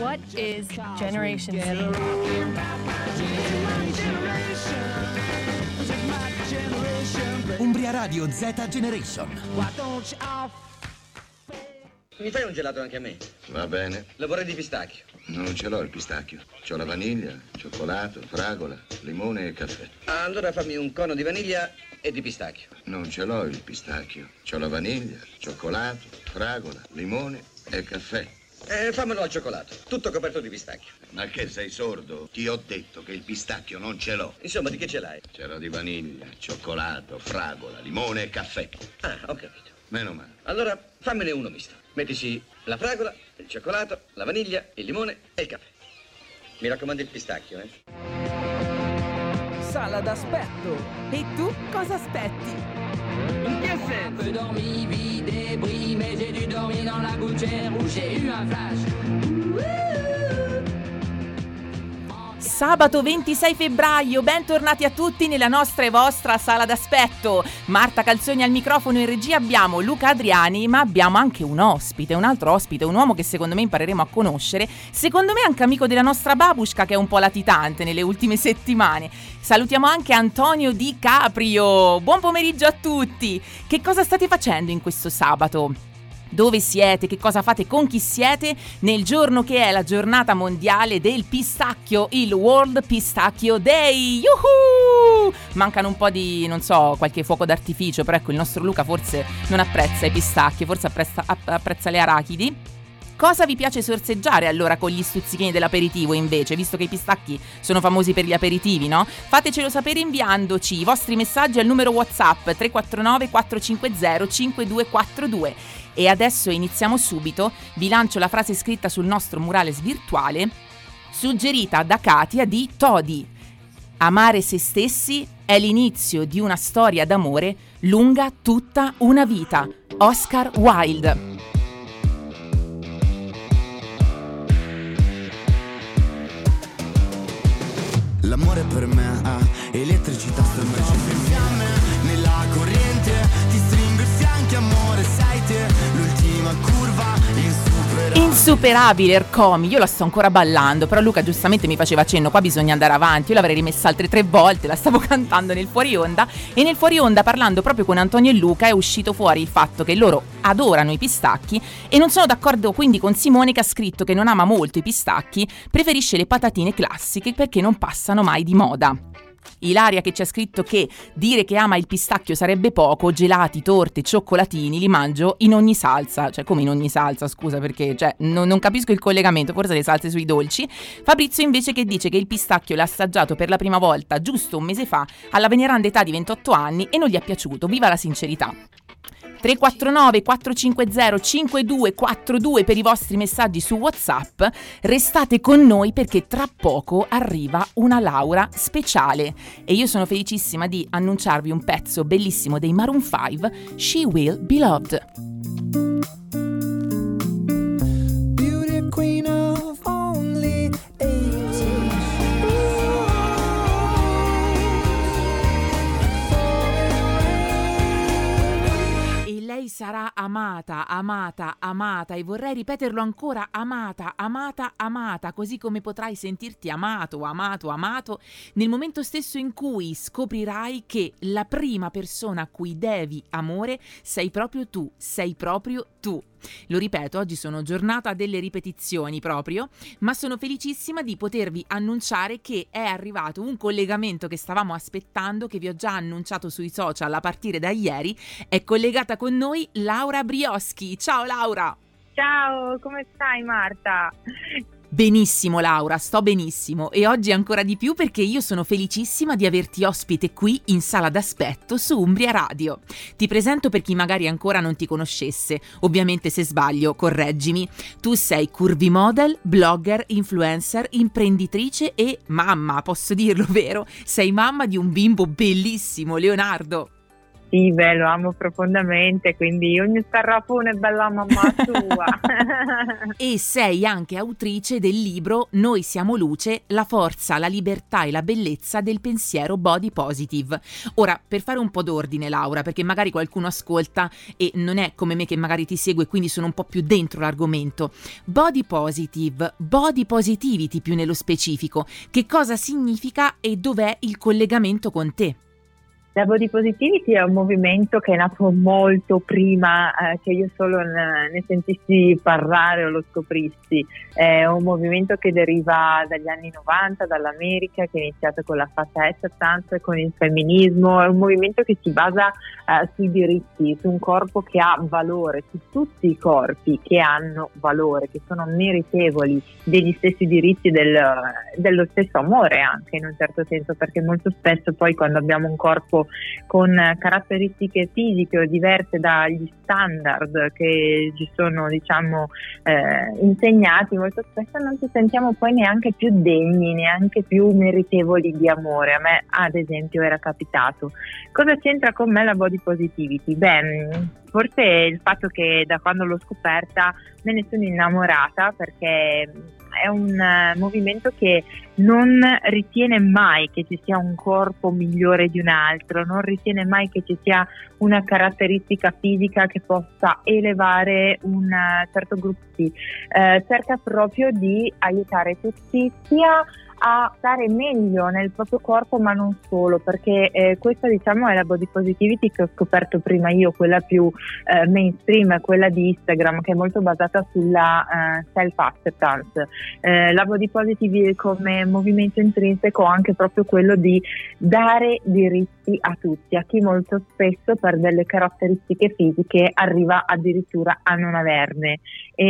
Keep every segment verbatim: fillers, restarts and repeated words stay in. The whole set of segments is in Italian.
What is Generation Z? Umbria Radio Z Generation. Mi fai un gelato anche a me? Va bene. Lo vorrei di pistacchio. Non ce l'ho il pistacchio. C'ho la vaniglia, cioccolato, fragola, limone e caffè. Allora fammi un cono di vaniglia e di pistacchio. Non ce l'ho il pistacchio. C'ho la vaniglia, cioccolato, fragola, limone e caffè. Eh, fammelo al cioccolato, tutto coperto di pistacchio. Ma che sei sordo? Ti ho detto che il pistacchio non ce l'ho. Insomma, di che ce l'hai? Ce l'ho di vaniglia, cioccolato, fragola, limone e caffè. Ah, ho capito. Meno male. Allora, fammene uno misto. Mettici la fragola, il cioccolato, la vaniglia, il limone e il caffè. Mi raccomando il pistacchio, eh? Sala d'aspetto. E tu cosa aspetti? In che senso? Peu dormi, vie débris, mais j'ai dû dormir dans la gouttière où j'ai eu un flash. Sabato ventisei febbraio, bentornati a tutti nella nostra e vostra sala d'aspetto. Marta Calzoni al microfono, in regia abbiamo Luca Adriani, ma abbiamo anche un ospite, un altro ospite, un uomo che secondo me impareremo a conoscere, secondo me anche amico della nostra babushka che è un po' latitante nelle ultime settimane. Salutiamo anche Antonio Di Caprio, buon pomeriggio a tutti. Che cosa state facendo in questo sabato? Dove siete? Che cosa fate? Con chi siete? Nel giorno che è la giornata mondiale del pistacchio, il World Pistachio Day. Yuhu! Mancano un po' di, non so, qualche fuoco d'artificio, però ecco, il nostro Luca forse non apprezza i pistacchi, forse apprezza, apprezza le arachidi. Cosa vi piace sorseggiare allora con gli stuzzichini dell'aperitivo invece, visto che i pistacchi sono famosi per gli aperitivi, no? Fatecelo sapere inviandoci i vostri messaggi al numero WhatsApp tre quattro nove quattro cinque zero cinque due quattro due. E adesso iniziamo subito, vi lancio la frase scritta sul nostro murales virtuale, suggerita da Katia di Todi. Amare se stessi è l'inizio di una storia d'amore lunga tutta una vita. Oscar Wilde. L'amore per me è elettricità sommergibile in fiamme nella corrente, ti stringo i fianchi amore, sei te l'ultima curva insuperabile. Insuperabile Ercomi, io la sto ancora ballando, però Luca giustamente mi faceva cenno, qua bisogna andare avanti, io l'avrei rimessa altre tre volte, la stavo cantando nel fuori onda e nel fuori onda parlando proprio con Antonio e Luca è uscito fuori il fatto che loro adorano i pistacchi e non sono d'accordo quindi con Simone che ha scritto che non ama molto i pistacchi, preferisce le patatine classiche perché non passano mai di moda. Ilaria che ci ha scritto che dire che ama il pistacchio sarebbe poco, gelati, torte, cioccolatini li mangio in ogni salsa, cioè come in ogni salsa scusa perché cioè, non, non capisco il collegamento, forse le salse sui dolci. Fabrizio invece che dice che il pistacchio l'ha assaggiato per la prima volta giusto un mese fa alla veneranda età di ventotto anni e non gli è piaciuto, viva la sincerità. tre quattro nove quattro cinque zero cinque due quattro due per i vostri messaggi su WhatsApp. Restate con noi perché tra poco arriva una Laura speciale e io sono felicissima di annunciarvi un pezzo bellissimo dei Maroon cinque, She Will Be Loved. Beauty queen of only Lei sarà amata, amata, amata e vorrei ripeterlo ancora, amata, amata, amata, così come potrai sentirti amato, amato, amato nel momento stesso in cui scoprirai che la prima persona a cui devi amore sei proprio tu, sei proprio tu. Lo ripeto, oggi sono giornata delle ripetizioni proprio, ma sono felicissima di potervi annunciare che è arrivato un collegamento che stavamo aspettando, che vi ho già annunciato sui social a partire da ieri. È collegata con noi Laura Brioschi. Ciao Laura! Ciao, come stai Marta? Benissimo Laura, sto benissimo e oggi ancora di più perché io sono felicissima di averti ospite qui in sala d'aspetto su Umbria Radio. Ti presento per chi magari ancora non ti conoscesse, ovviamente se sbaglio correggimi. Tu sei curvy model, blogger, influencer, imprenditrice e mamma, posso dirlo vero? Sei mamma di un bimbo bellissimo, Leonardo. positive, lo amo profondamente, quindi ogni scarrafone è bella mamma sua. E sei anche autrice del libro Noi siamo luce, la forza, la libertà e la bellezza del pensiero body positive. Ora, per fare un po' d'ordine, Laura, perché magari qualcuno ascolta e non è come me che magari ti segue, quindi sono un po' più dentro l'argomento. Body positive, body positivity più nello specifico, che cosa significa e dov'è il collegamento con te? La body positivity è un movimento che è nato molto prima eh, che io solo ne, ne sentissi parlare o lo scoprissi. È un movimento che deriva dagli anni novanta, dall'America, che è iniziato con la fat acceptance, con il femminismo. È un movimento che si basa eh, sui diritti, su un corpo che ha valore, su tutti i corpi che hanno valore, che sono meritevoli degli stessi diritti, del, dello stesso amore anche in un certo senso, perché molto spesso poi quando abbiamo un corpo con caratteristiche fisiche diverse dagli standard che ci sono, diciamo, eh, insegnati, molto spesso non ci sentiamo poi neanche più degni, neanche più meritevoli di amore. A me ad esempio era capitato. Cosa c'entra con me la body positivity? Beh, forse il fatto che da quando l'ho scoperta me ne sono innamorata, perché è un uh, movimento che non ritiene mai che ci sia un corpo migliore di un altro, non ritiene mai che ci sia una caratteristica fisica che possa elevare un uh, certo gruppo. Uh, cerca proprio di aiutare tutti sia a stare meglio nel proprio corpo, ma non solo, perché eh, questa, diciamo, è la body positivity che ho scoperto prima io, quella più eh, mainstream, quella di Instagram, che è molto basata sulla eh, self acceptance. Eh, la body positivity come movimento intrinseco anche proprio quello di dare diritti a tutti, a chi molto spesso per delle caratteristiche fisiche arriva addirittura a non averne.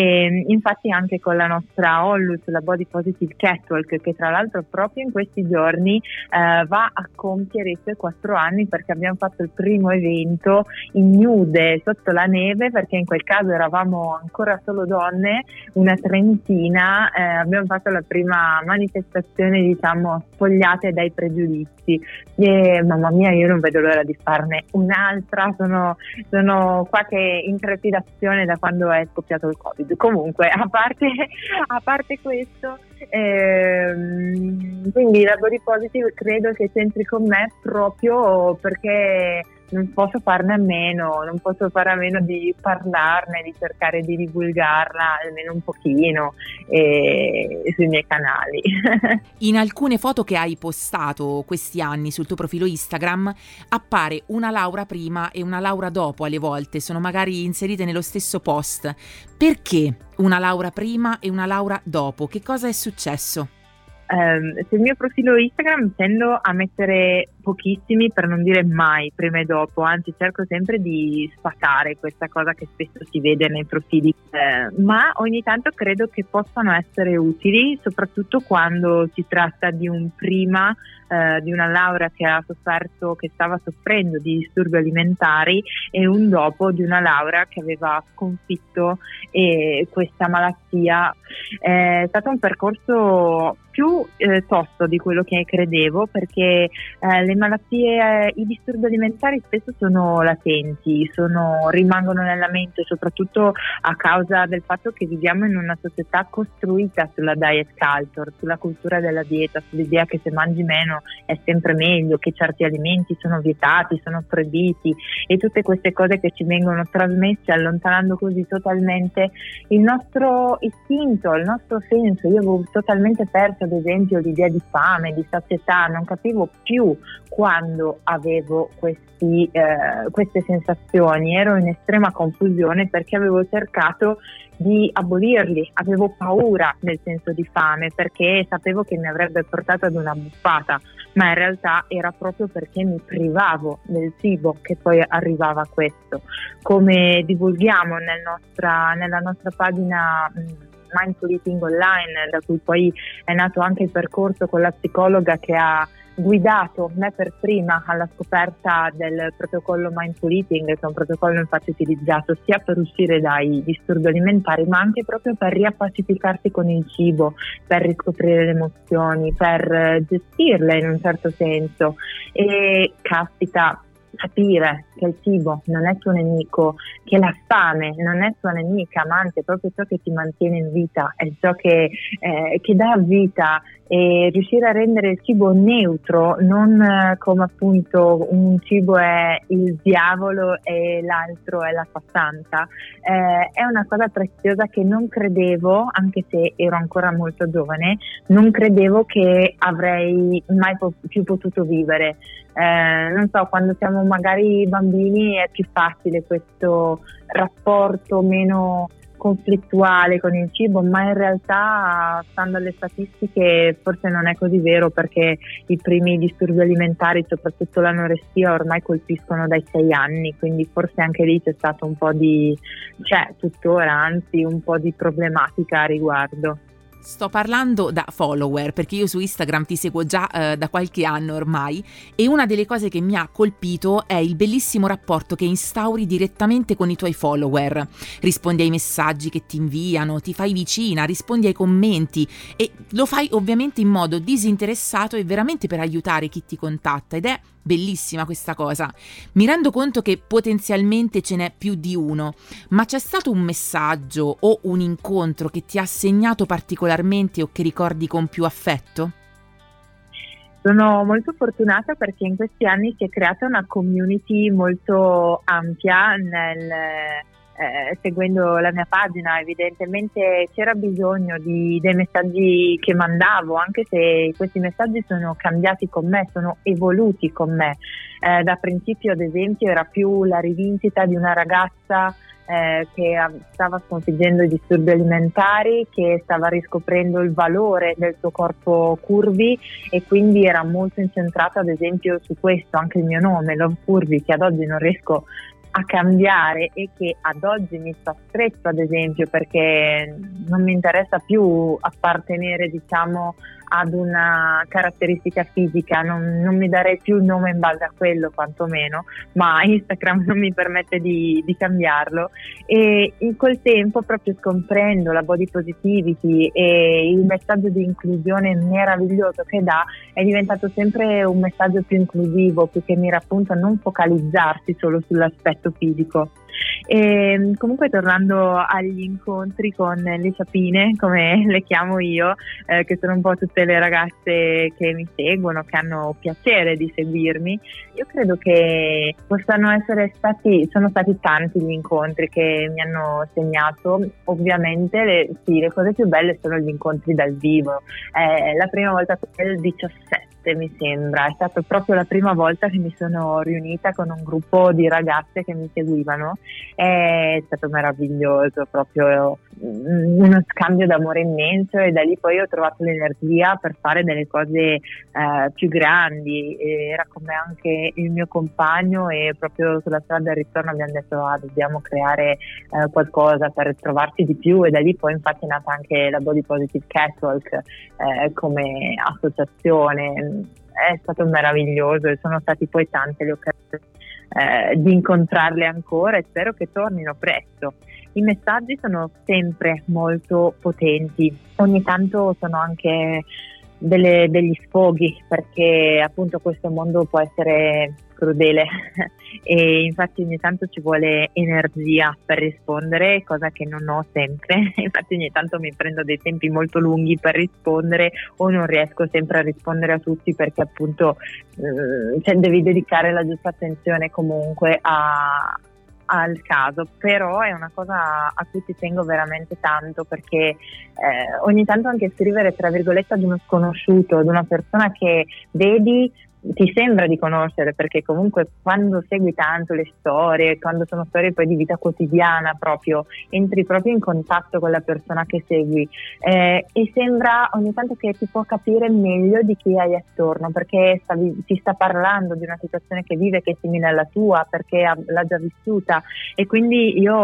E infatti anche con la nostra Ollus, la Body Positive Catwalk, che tra l'altro proprio in questi giorni eh, va a compiere i suoi quattro anni, perché abbiamo fatto il primo evento in nude sotto la neve, perché in quel caso eravamo ancora solo donne, una trentina, eh, abbiamo fatto la prima manifestazione, diciamo, spogliate dai pregiudizi. E mamma mia, io non vedo l'ora di farne un'altra, sono, sono qua che in trepidazione da quando è scoppiato il Covid. Comunque, a parte, a parte questo, ehm, quindi la body positive credo che c'entri con me proprio perché non posso farne a meno, non posso fare a meno di parlarne, di cercare di divulgarla almeno un pochino eh, sui miei canali. In alcune foto che hai postato questi anni sul tuo profilo Instagram appare una Laura prima e una Laura dopo, alle volte sono magari inserite nello stesso post. Perché una Laura prima e una Laura dopo? Che cosa è successo? Um, sul mio profilo Instagram tendo a mettere pochissimi, per non dire mai, prima e dopo, anzi cerco sempre di sfatare questa cosa che spesso si vede nei profili, eh, ma ogni tanto credo che possano essere utili, soprattutto quando si tratta di un prima eh, di una Laura che ha sofferto, che stava soffrendo di disturbi alimentari, e un dopo di una Laura che aveva sconfitto eh, questa malattia. È stato un percorso più eh, tosto di quello che credevo, perché eh, le malattie, eh, i disturbi alimentari spesso sono latenti, sono, rimangono nella mente, soprattutto a causa del fatto che viviamo in una società costruita sulla diet culture, sulla cultura della dieta, sull'idea che se mangi meno è sempre meglio, che certi alimenti sono vietati, sono proibiti, e tutte queste cose che ci vengono trasmesse, allontanando così totalmente il nostro istinto, il nostro senso. Io avevo totalmente perso, ad esempio, l'idea di fame, di sazietà, non capivo più quando avevo questi, eh, queste sensazioni, ero in estrema confusione perché avevo cercato di abolirli, avevo paura del senso di fame perché sapevo che mi avrebbe portato ad una buffata, ma in realtà era proprio perché mi privavo del cibo che poi arrivava a questo. Come divulghiamo nel nostra, nella nostra pagina Mindful Eating Online, da cui poi è nato anche il percorso con la psicologa che ha guidato me per prima alla scoperta del protocollo Mindful Eating, che è un protocollo infatti utilizzato sia per uscire dai disturbi alimentari, ma anche proprio per riappacificarsi con il cibo, per riscoprire le emozioni, per gestirle in un certo senso. E caspita, capire che il cibo non è tuo nemico, che la fame non è tua nemica, ma anzi è proprio ciò che ti mantiene in vita, è ciò che, eh, che dà vita, e riuscire a rendere il cibo neutro, non eh, come appunto un cibo è il diavolo e l'altro è l'acqua santa, eh, è una cosa preziosa che non credevo, anche se ero ancora molto giovane, non credevo che avrei mai po- più potuto vivere. Eh, non so, quando siamo magari bambini è più facile questo rapporto meno conflittuale con il cibo, ma in realtà, stando alle statistiche, forse non è così vero, perché i primi disturbi alimentari, soprattutto l'anoressia, ormai colpiscono dai sei anni, quindi forse anche lì c'è stato un po' di, cioè tuttora anzi, un po' di problematica a riguardo. Sto parlando da follower, perché io su Instagram ti seguo già eh, da qualche anno ormai, e una delle cose che mi ha colpito è il bellissimo rapporto che instauri direttamente con i tuoi follower. Rispondi ai messaggi che ti inviano, ti fai vicina, rispondi ai commenti, e lo fai ovviamente in modo disinteressato e veramente per aiutare chi ti contatta, ed è bellissima questa cosa. Mi rendo conto che potenzialmente ce n'è più di uno, ma c'è stato un messaggio o un incontro che ti ha segnato particolarmente o che ricordi con più affetto? Sono molto fortunata perché in questi anni si è creata una community molto ampia nel Eh, seguendo la mia pagina. Evidentemente c'era bisogno di, dei messaggi che mandavo, anche se questi messaggi sono cambiati con me, sono evoluti con me. Eh, da principio, ad esempio, era più la rivincita di una ragazza eh, che stava sconfiggendo i disturbi alimentari, che stava riscoprendo il valore del suo corpo curvy, e quindi era molto incentrata ad esempio su questo. Anche il mio nome, Love Curvy, che ad oggi non riesco a cambiare e che ad oggi mi sta stretto, ad esempio, perché non mi interessa più appartenere, diciamo, ad una caratteristica fisica, non, non mi darei più il nome in base a quello, quantomeno, ma Instagram non mi permette di, di cambiarlo. E in quel tempo, proprio scoprendo la body positivity e il messaggio di inclusione meraviglioso che dà, è diventato sempre un messaggio più inclusivo, più che mira appunto a non focalizzarsi solo sull'aspetto fisico. E comunque, tornando agli incontri con le ciapine, come le chiamo io, eh, che sono un po' tutte le ragazze che mi seguono, che hanno piacere di seguirmi, io credo che possano essere stati, sono stati tanti gli incontri che mi hanno segnato. Ovviamente le, sì, le cose più belle sono gli incontri dal vivo. Eh, la prima volta nel diciassette, mi sembra, è stata proprio la prima volta che mi sono riunita con un gruppo di ragazze che mi seguivano. È stato meraviglioso, proprio uno scambio d'amore immenso, e da lì poi ho trovato l'energia per fare delle cose eh, più grandi. Era come anche il mio compagno, e proprio sulla strada del ritorno abbiamo detto ah, dobbiamo creare eh, qualcosa per trovarci di più, e da lì poi infatti è nata anche la Body Positive Catwalk eh, come associazione. È stato meraviglioso, e sono stati poi tante le occasioni Eh, di incontrarle ancora, e spero che tornino presto. I messaggi sono sempre molto potenti, ogni tanto sono anche delle, degli sfoghi, perché appunto questo mondo può essere crudele e infatti ogni tanto ci vuole energia per rispondere, cosa che non ho sempre. Infatti ogni tanto mi prendo dei tempi molto lunghi per rispondere, o non riesco sempre a rispondere a tutti, perché appunto eh, cioè devi dedicare la giusta attenzione comunque a al caso. Però è una cosa a cui ci tengo veramente tanto, perché eh, ogni tanto anche scrivere tra virgolette ad uno sconosciuto, ad una persona che vedi ti sembra di conoscere, perché comunque quando segui tanto le storie, quando sono storie poi di vita quotidiana, proprio entri proprio in contatto con la persona che segui, eh, e sembra ogni tanto che ti può capire meglio di chi hai attorno, perché stavi, ti sta parlando di una situazione che vive, che è simile alla tua, perché ha, l'ha già vissuta. E quindi io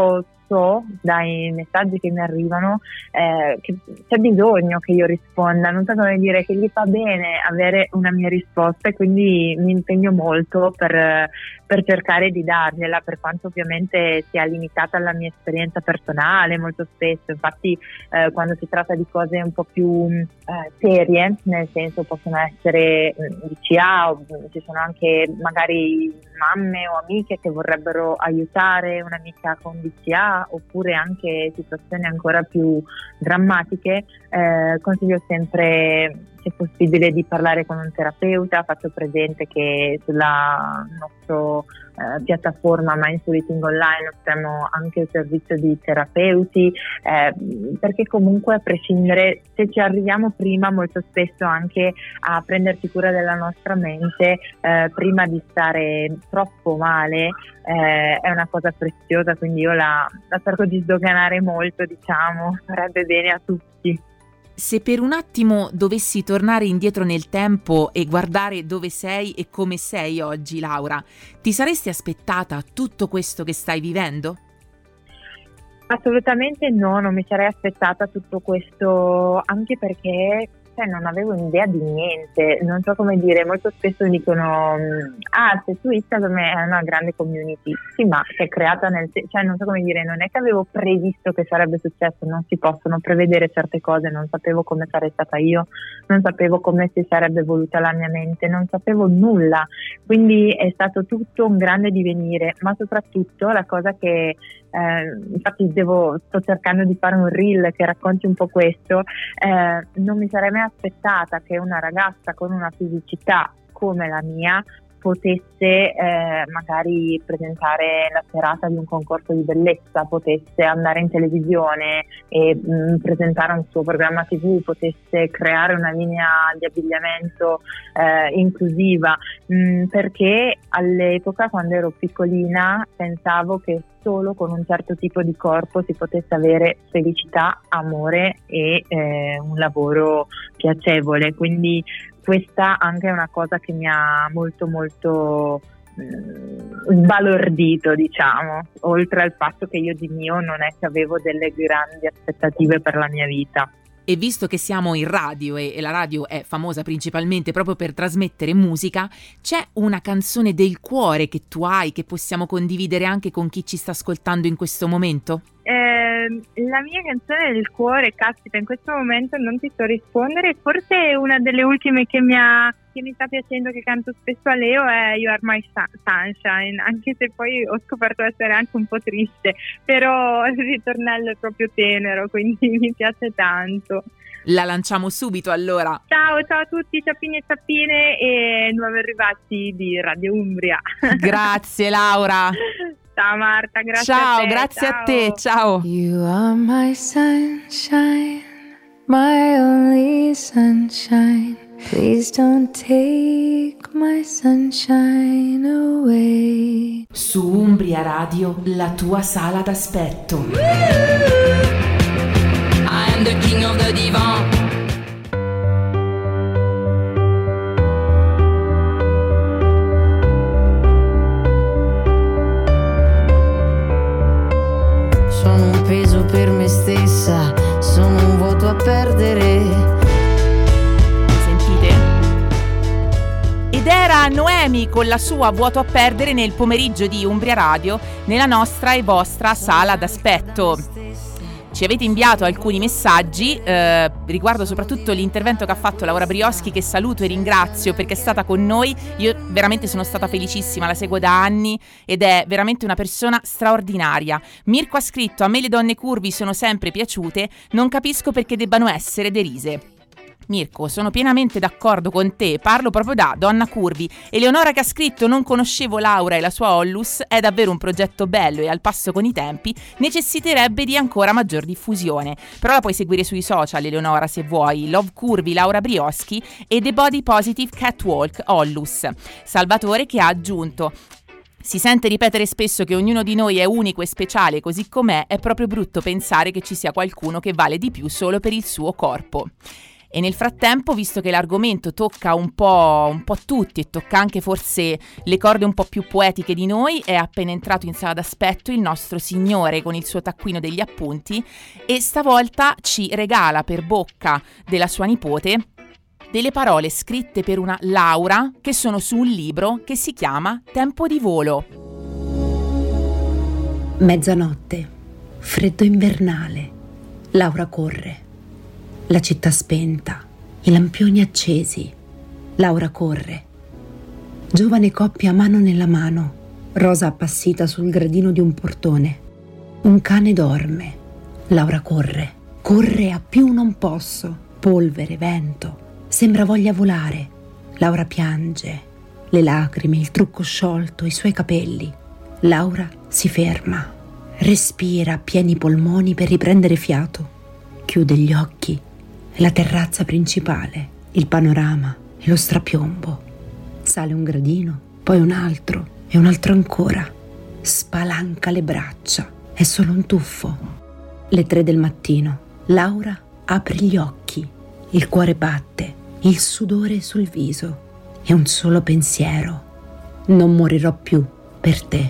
so dai messaggi che mi arrivano eh, che c'è bisogno che io risponda, non so come dire, che gli fa bene avere una mia risposta, e quindi mi impegno molto per, per cercare di dargliela, per quanto ovviamente sia limitata alla mia esperienza personale molto spesso. Infatti eh, quando si tratta di cose un po' più eh, serie, nel senso possono essere D C A, o ci sono anche magari mamme o amiche che vorrebbero aiutare un'amica con D C A, oppure anche situazioni ancora più drammatiche, eh, consiglio sempre, se possibile, di parlare con un terapeuta. Faccio presente che sulla nostra eh, piattaforma Mindful Eating Online offriamo anche il servizio di terapeuti, eh, perché comunque, a prescindere, se ci arriviamo prima molto spesso anche a prenderci cura della nostra mente eh, prima di stare troppo male, eh, è una cosa preziosa, quindi io la, la cerco di sdoganare molto, diciamo, farebbe bene a tutti. Se per un attimo dovessi tornare indietro nel tempo e guardare dove sei e come sei oggi, Laura, ti saresti aspettata tutto questo che stai vivendo? Assolutamente no, non mi sarei aspettata tutto questo, anche perché cioè, non avevo idea di niente, non so come dire. Molto spesso dicono ah, se su Instagram è una grande community, sì, ma si è creata nel cioè non so come dire, non è che avevo previsto che sarebbe successo, non si possono prevedere certe cose, non sapevo come sarei stata io, non sapevo come si sarebbe evoluta la mia mente, non sapevo nulla, quindi è stato tutto un grande divenire. Ma soprattutto la cosa che Eh, infatti devo, sto cercando di fare un reel che racconti un po' questo, eh, non mi sarei mai aspettata che una ragazza con una fisicità come la mia potesse eh, magari presentare la serata di un concorso di bellezza, potesse andare in televisione e mh, presentare un suo programma tivù, potesse creare una linea di abbigliamento eh, inclusiva, mh, perché all'epoca, quando ero piccolina, pensavo che solo con un certo tipo di corpo si potesse avere felicità, amore e eh, un lavoro piacevole. Quindi questa anche è una cosa che mi ha molto molto mh, sbalordito, diciamo, oltre al fatto che io di mio non è che avevo delle grandi aspettative per la mia vita. E visto che siamo in radio e, e la radio è famosa principalmente proprio per trasmettere musica, c'è una canzone del cuore che tu hai, che possiamo condividere anche con chi ci sta ascoltando in questo momento? Eh, la mia canzone del cuore, caspita, in questo momento non ti so rispondere. Forse una delle ultime che mi ha che mi sta piacendo, che canto spesso a Leo, è You Are My Sunshine, anche se poi ho scoperto essere anche un po' triste, però il ritornello è proprio tenero, quindi mi piace tanto. La lanciamo subito allora. Ciao, ciao a tutti, ciappini e ciappine e nuovi arrivati di Radio Umbria. Grazie Laura. Ciao Marta, grazie ciao, a te. Grazie ciao. a te, ciao. You are my sunshine, my only sunshine. Please don't take my sunshine away. Su Umbria Radio, la tua sala d'aspetto. I am the king of the divan. Sono un peso per me stessa, sono un voto a perdere. Ed era Noemi con la sua Vuoto a perdere nel pomeriggio di Umbria Radio, nella nostra e vostra sala d'aspetto. Ci avete inviato alcuni messaggi eh, riguardo soprattutto l'intervento che ha fatto Laura Brioschi, che saluto e ringrazio perché è stata con noi. Io veramente sono stata felicissima, la seguo da anni ed è veramente una persona straordinaria. Mirko ha scritto: a me le donne curvi sono sempre piaciute, non capisco perché debbano essere derise. Mirko, sono pienamente d'accordo con te, parlo proprio da donna curvi. Eleonora che ha scritto: non conoscevo Laura e la sua Ollus, è davvero un progetto bello e al passo con i tempi, necessiterebbe di ancora maggior diffusione. Però la puoi seguire sui social, Eleonora, se vuoi. Love Curvi Laura Brioschi e The Body Positive Catwalk Ollus. Salvatore che ha aggiunto: si sente ripetere spesso che ognuno di noi è unico e speciale così com'è, è proprio brutto pensare che ci sia qualcuno che vale di più solo per il suo corpo. E nel frattempo, visto che l'argomento tocca un po', un po' tutti e tocca anche forse le corde un po' più poetiche di noi, è appena entrato in sala d'aspetto il nostro signore con il suo taccuino degli appunti e stavolta ci regala per bocca della sua nipote delle parole scritte per una Laura che sono su un libro che si chiama Tempo di volo. Mezzanotte, freddo invernale, Laura corre. La città spenta, i lampioni accesi. Laura corre. Giovane coppia mano nella mano, rosa appassita sul gradino di un portone. Un cane dorme. Laura corre. Corre a più non posso. Polvere, vento. Sembra voglia volare. Laura piange. Le lacrime, il trucco sciolto, i suoi capelli. Laura si ferma. Respira a pieni polmoni per riprendere fiato. Chiude gli occhi. La terrazza principale, il panorama e lo strapiombo. Sale un gradino, poi un altro e un altro ancora. Spalanca le braccia. È solo un tuffo. Le tre del mattino. Laura apre gli occhi. Il cuore batte, il sudore sul viso e un solo pensiero: non morirò più per te.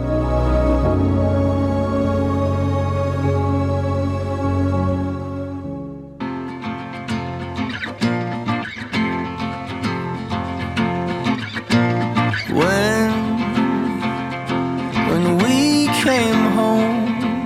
When, when we came home,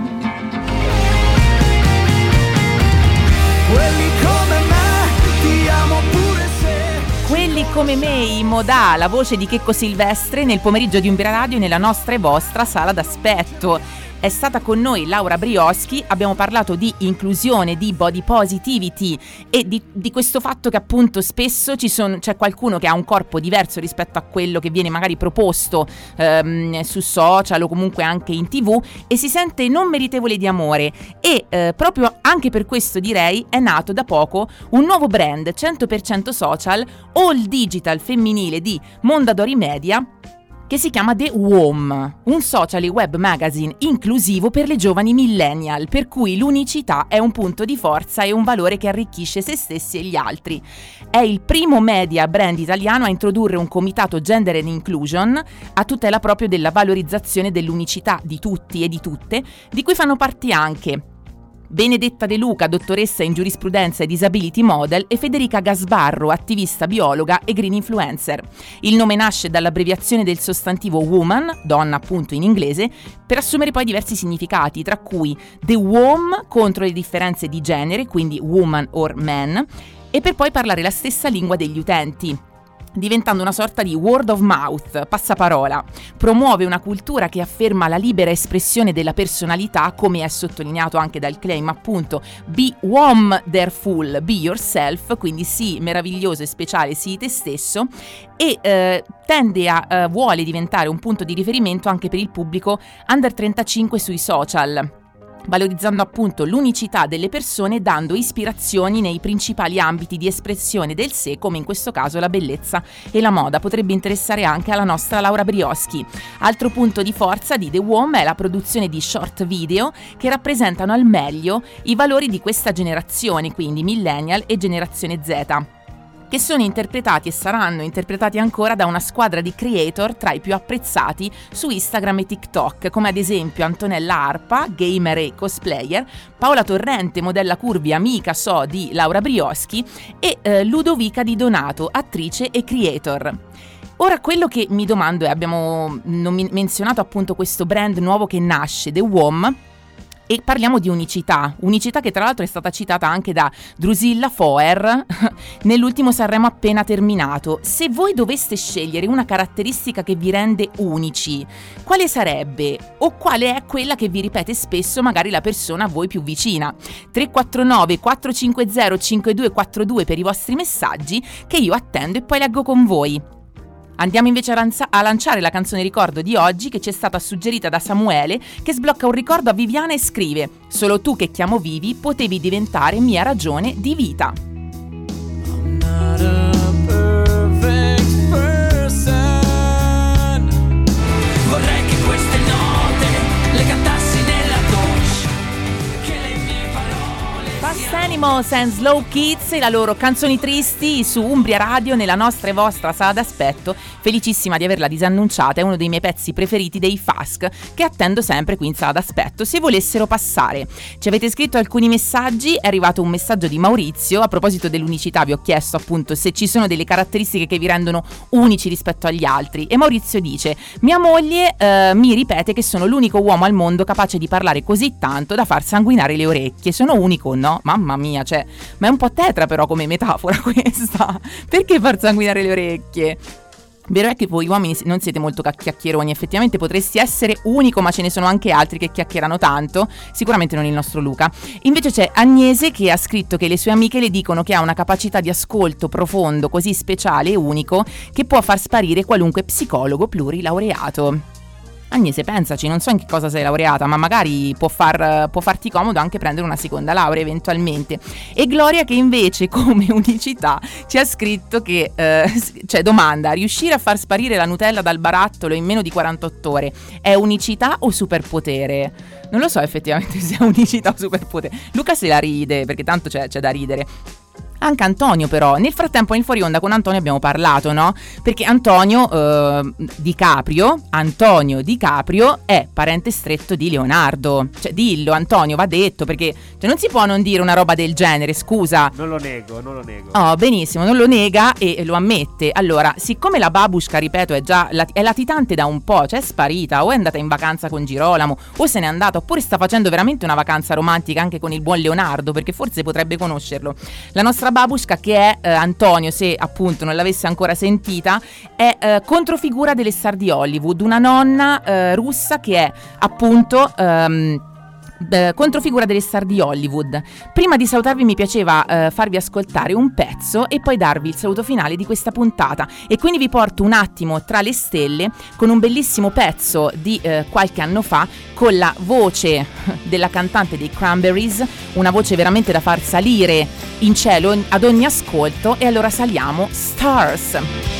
quelli come me, ti amo pure se. Quelli come me, Modà, la voce di Checco Silvestre nel pomeriggio di Umbria Radio nella nostra e vostra sala d'aspetto. È stata con noi Laura Brioschi, abbiamo parlato di inclusione, di body positivity e di, di questo fatto che appunto spesso ci sono, c'è qualcuno che ha un corpo diverso rispetto a quello che viene magari proposto ehm, su social o comunque anche in tv e si sente non meritevole di amore e eh, proprio anche per questo direi è nato da poco un nuovo brand cento per cento social, all digital femminile di Mondadori Media, che si chiama The Wom, un social e web magazine inclusivo per le giovani millennial, per cui l'unicità è un punto di forza e un valore che arricchisce se stessi e gli altri. È il primo media brand italiano a introdurre un comitato Gender and Inclusion a tutela proprio della valorizzazione dell'unicità di tutti e di tutte, di cui fanno parte anche Benedetta De Luca, dottoressa in giurisprudenza e disability model, e Federica Gasbarro, attivista biologa e green influencer. Il nome nasce dall'abbreviazione del sostantivo woman, donna appunto in inglese, per assumere poi diversi significati, tra cui the wom contro le differenze di genere, quindi woman or man, e per poi parlare la stessa lingua degli utenti, diventando una sorta di word of mouth, passaparola. Promuove una cultura che afferma la libera espressione della personalità, come è sottolineato anche dal claim appunto be wonderful, be yourself, quindi sii meraviglioso e speciale, sii te stesso, e eh, tende a eh, vuole diventare un punto di riferimento anche per il pubblico under trentacinque sui social, valorizzando appunto l'unicità delle persone, dando ispirazioni nei principali ambiti di espressione del sé, come in questo caso la bellezza e la moda. Potrebbe interessare anche alla nostra Laura Brioschi. Altro punto di forza di The Wom è la produzione di short video che rappresentano al meglio i valori di questa generazione, quindi millennial e generazione Z, che sono interpretati e saranno interpretati ancora da una squadra di creator tra i più apprezzati su Instagram e TikTok, come ad esempio Antonella Arpa, gamer e cosplayer, Paola Torrente, modella curvy, amica so di Laura Brioschi, e eh, Ludovica Di Donato, attrice e creator. Ora quello che mi domando è, abbiamo nomi- menzionato appunto questo brand nuovo che nasce, The Wom, e parliamo di unicità, unicità che tra l'altro è stata citata anche da Drusilla Foer nell'ultimo Sanremo appena terminato. Se voi doveste scegliere una caratteristica che vi rende unici, quale sarebbe? O quale è quella che vi ripete spesso magari la persona a voi più vicina? tre quattro nove quattro cinque zero cinque due quattro due per i vostri messaggi, che io attendo e poi leggo con voi. Andiamo invece a, ranza- a lanciare la canzone ricordo di oggi, che ci è stata suggerita da Samuele, che sblocca un ricordo a Viviana e scrive: solo tu che chiamo Vivi potevi diventare mia ragione di vita. I'm not a perfect person. Vorrei che queste note le cantassi nella doccia, che le mie parole Fast Animal Animals and Slow Kids e la loro Canzoni Tristi su Umbria Radio nella nostra e vostra sala d'aspetto. Felicissima di averla disannunciata, è uno dei miei pezzi preferiti dei F A S C che attendo sempre qui in sala d'aspetto se volessero passare. Ci avete scritto alcuni messaggi, è arrivato un messaggio di Maurizio. A proposito dell'unicità vi ho chiesto appunto se ci sono delle caratteristiche che vi rendono unici rispetto agli altri e Maurizio dice: mia moglie eh, mi ripete che sono l'unico uomo al mondo capace di parlare così tanto da far sanguinare le orecchie. Sono unico, no? Mamma mia, cioè, ma è un po' tetra però come metafora questa. Perché far sanguinare le orecchie? Vero è che voi uomini non siete molto chiacchieroni, effettivamente potresti essere unico, ma ce ne sono anche altri che chiacchierano tanto, sicuramente non il nostro Luca. Invece c'è Agnese che ha scritto che le sue amiche le dicono che ha una capacità di ascolto profondo, così speciale e unico, che può far sparire qualunque psicologo plurilaureato. Agnese, pensaci, non so in che cosa sei laureata, ma magari può, far, può farti comodo anche prendere una seconda laurea eventualmente. E Gloria che invece come unicità ci ha scritto che, eh, cioè domanda, riuscire a far sparire la Nutella dal barattolo in meno di quarantotto ore è unicità o superpotere? Non lo so effettivamente se è unicità o superpotere. Luca se la ride, perché tanto c'è, c'è da ridere. Anche Antonio però, nel frattempo in fuori onda con Antonio abbiamo parlato, no? Perché Antonio eh, Di Caprio, Antonio Di Caprio è parente stretto di Leonardo. Cioè dillo Antonio, va detto, perché cioè, non si può non dire una roba del genere, scusa. Non lo nego, non lo nego. Oh, benissimo, non lo nega e, e lo ammette. Allora, siccome la babushka, ripeto, è già lat- è latitante da un po', cioè è sparita, o è andata in vacanza con Girolamo, o se n'è andata, oppure sta facendo veramente una vacanza romantica anche con il buon Leonardo, perché forse potrebbe conoscerlo. La nostra babushka, che è eh, Antonio, se appunto non l'avesse ancora sentita, è eh, controfigura delle star di Hollywood, una nonna eh, russa che è appunto ehm, eh, controfigura delle star di Hollywood. Prima di salutarvi mi piaceva eh, farvi ascoltare un pezzo e poi darvi il saluto finale di questa puntata, e quindi vi porto un attimo tra le stelle con un bellissimo pezzo di eh, qualche anno fa con la voce della cantante dei Cranberries, una voce veramente da far salire in cielo ad ogni ascolto. E allora saliamo, Stars.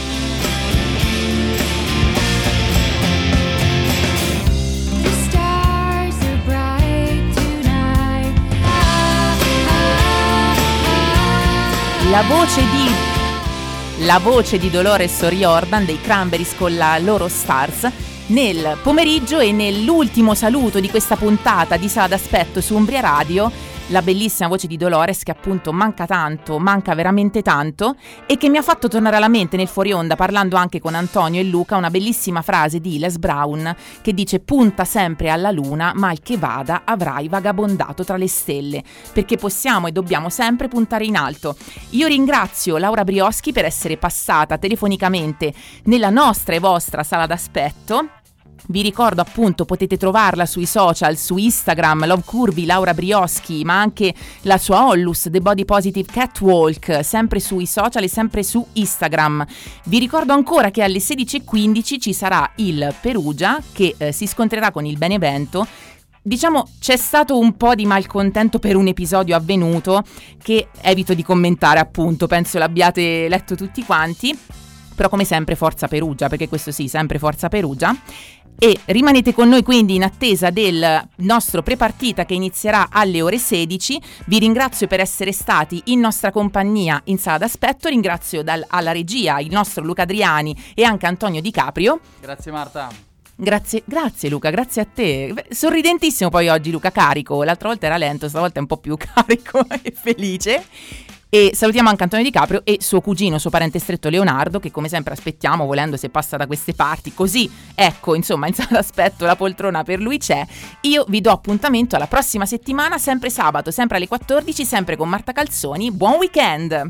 La voce di la voce di Dolores O'Riordan dei Cranberries con la loro Stars nel pomeriggio e nell'ultimo saluto di questa puntata di Sala d'Aspetto su Umbria Radio. La bellissima voce di Dolores che appunto manca tanto, manca veramente tanto, e che mi ha fatto tornare alla mente nel fuori onda, parlando anche con Antonio e Luca, una bellissima frase di Les Brown che dice: punta sempre alla luna, mal che vada avrai vagabondato tra le stelle, perché possiamo e dobbiamo sempre puntare in alto. Io ringrazio Laura Brioschi per essere passata telefonicamente nella nostra e vostra sala d'aspetto. Vi ricordo appunto, potete trovarla sui social, su Instagram, Love Curvy, Laura Brioschi, ma anche la sua Ollus, The Body Positive Catwalk, sempre sui social e sempre su Instagram. Vi ricordo ancora che alle sedici e quindici ci sarà il Perugia che eh, si scontrerà con il Benevento. Diciamo c'è stato un po' di malcontento per un episodio avvenuto che evito di commentare, appunto, penso l'abbiate letto tutti quanti, però come sempre forza Perugia, perché questo sì, sempre forza Perugia. E rimanete con noi quindi in attesa del nostro prepartita che inizierà alle ore sedici. Vi ringrazio per essere stati in nostra compagnia in sala d'aspetto. Ringrazio dal, alla regia il nostro Luca Adriani e anche Antonio Di Caprio. Grazie Marta. Grazie, grazie Luca, grazie a te. Sorridentissimo poi oggi Luca, carico. L'altra volta era lento, stavolta è un po' più carico e felice. E salutiamo anche Antonio Di Caprio e suo cugino, suo parente stretto Leonardo, che come sempre aspettiamo, volendo se passa da queste parti. Così, ecco, insomma, in sala d'aspetto la poltrona per lui c'è. Io vi do appuntamento alla prossima settimana, sempre sabato, sempre alle quattordici, sempre con Marta Calzoni. Buon weekend!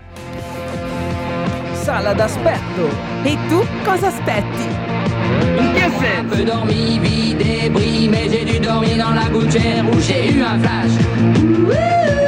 Sala d'aspetto. E tu cosa aspetti? In che senso? Un peu dormi, vie débris, mais j'ai dû dormir dans la gouttière où j'ai eu un flash. Wouh!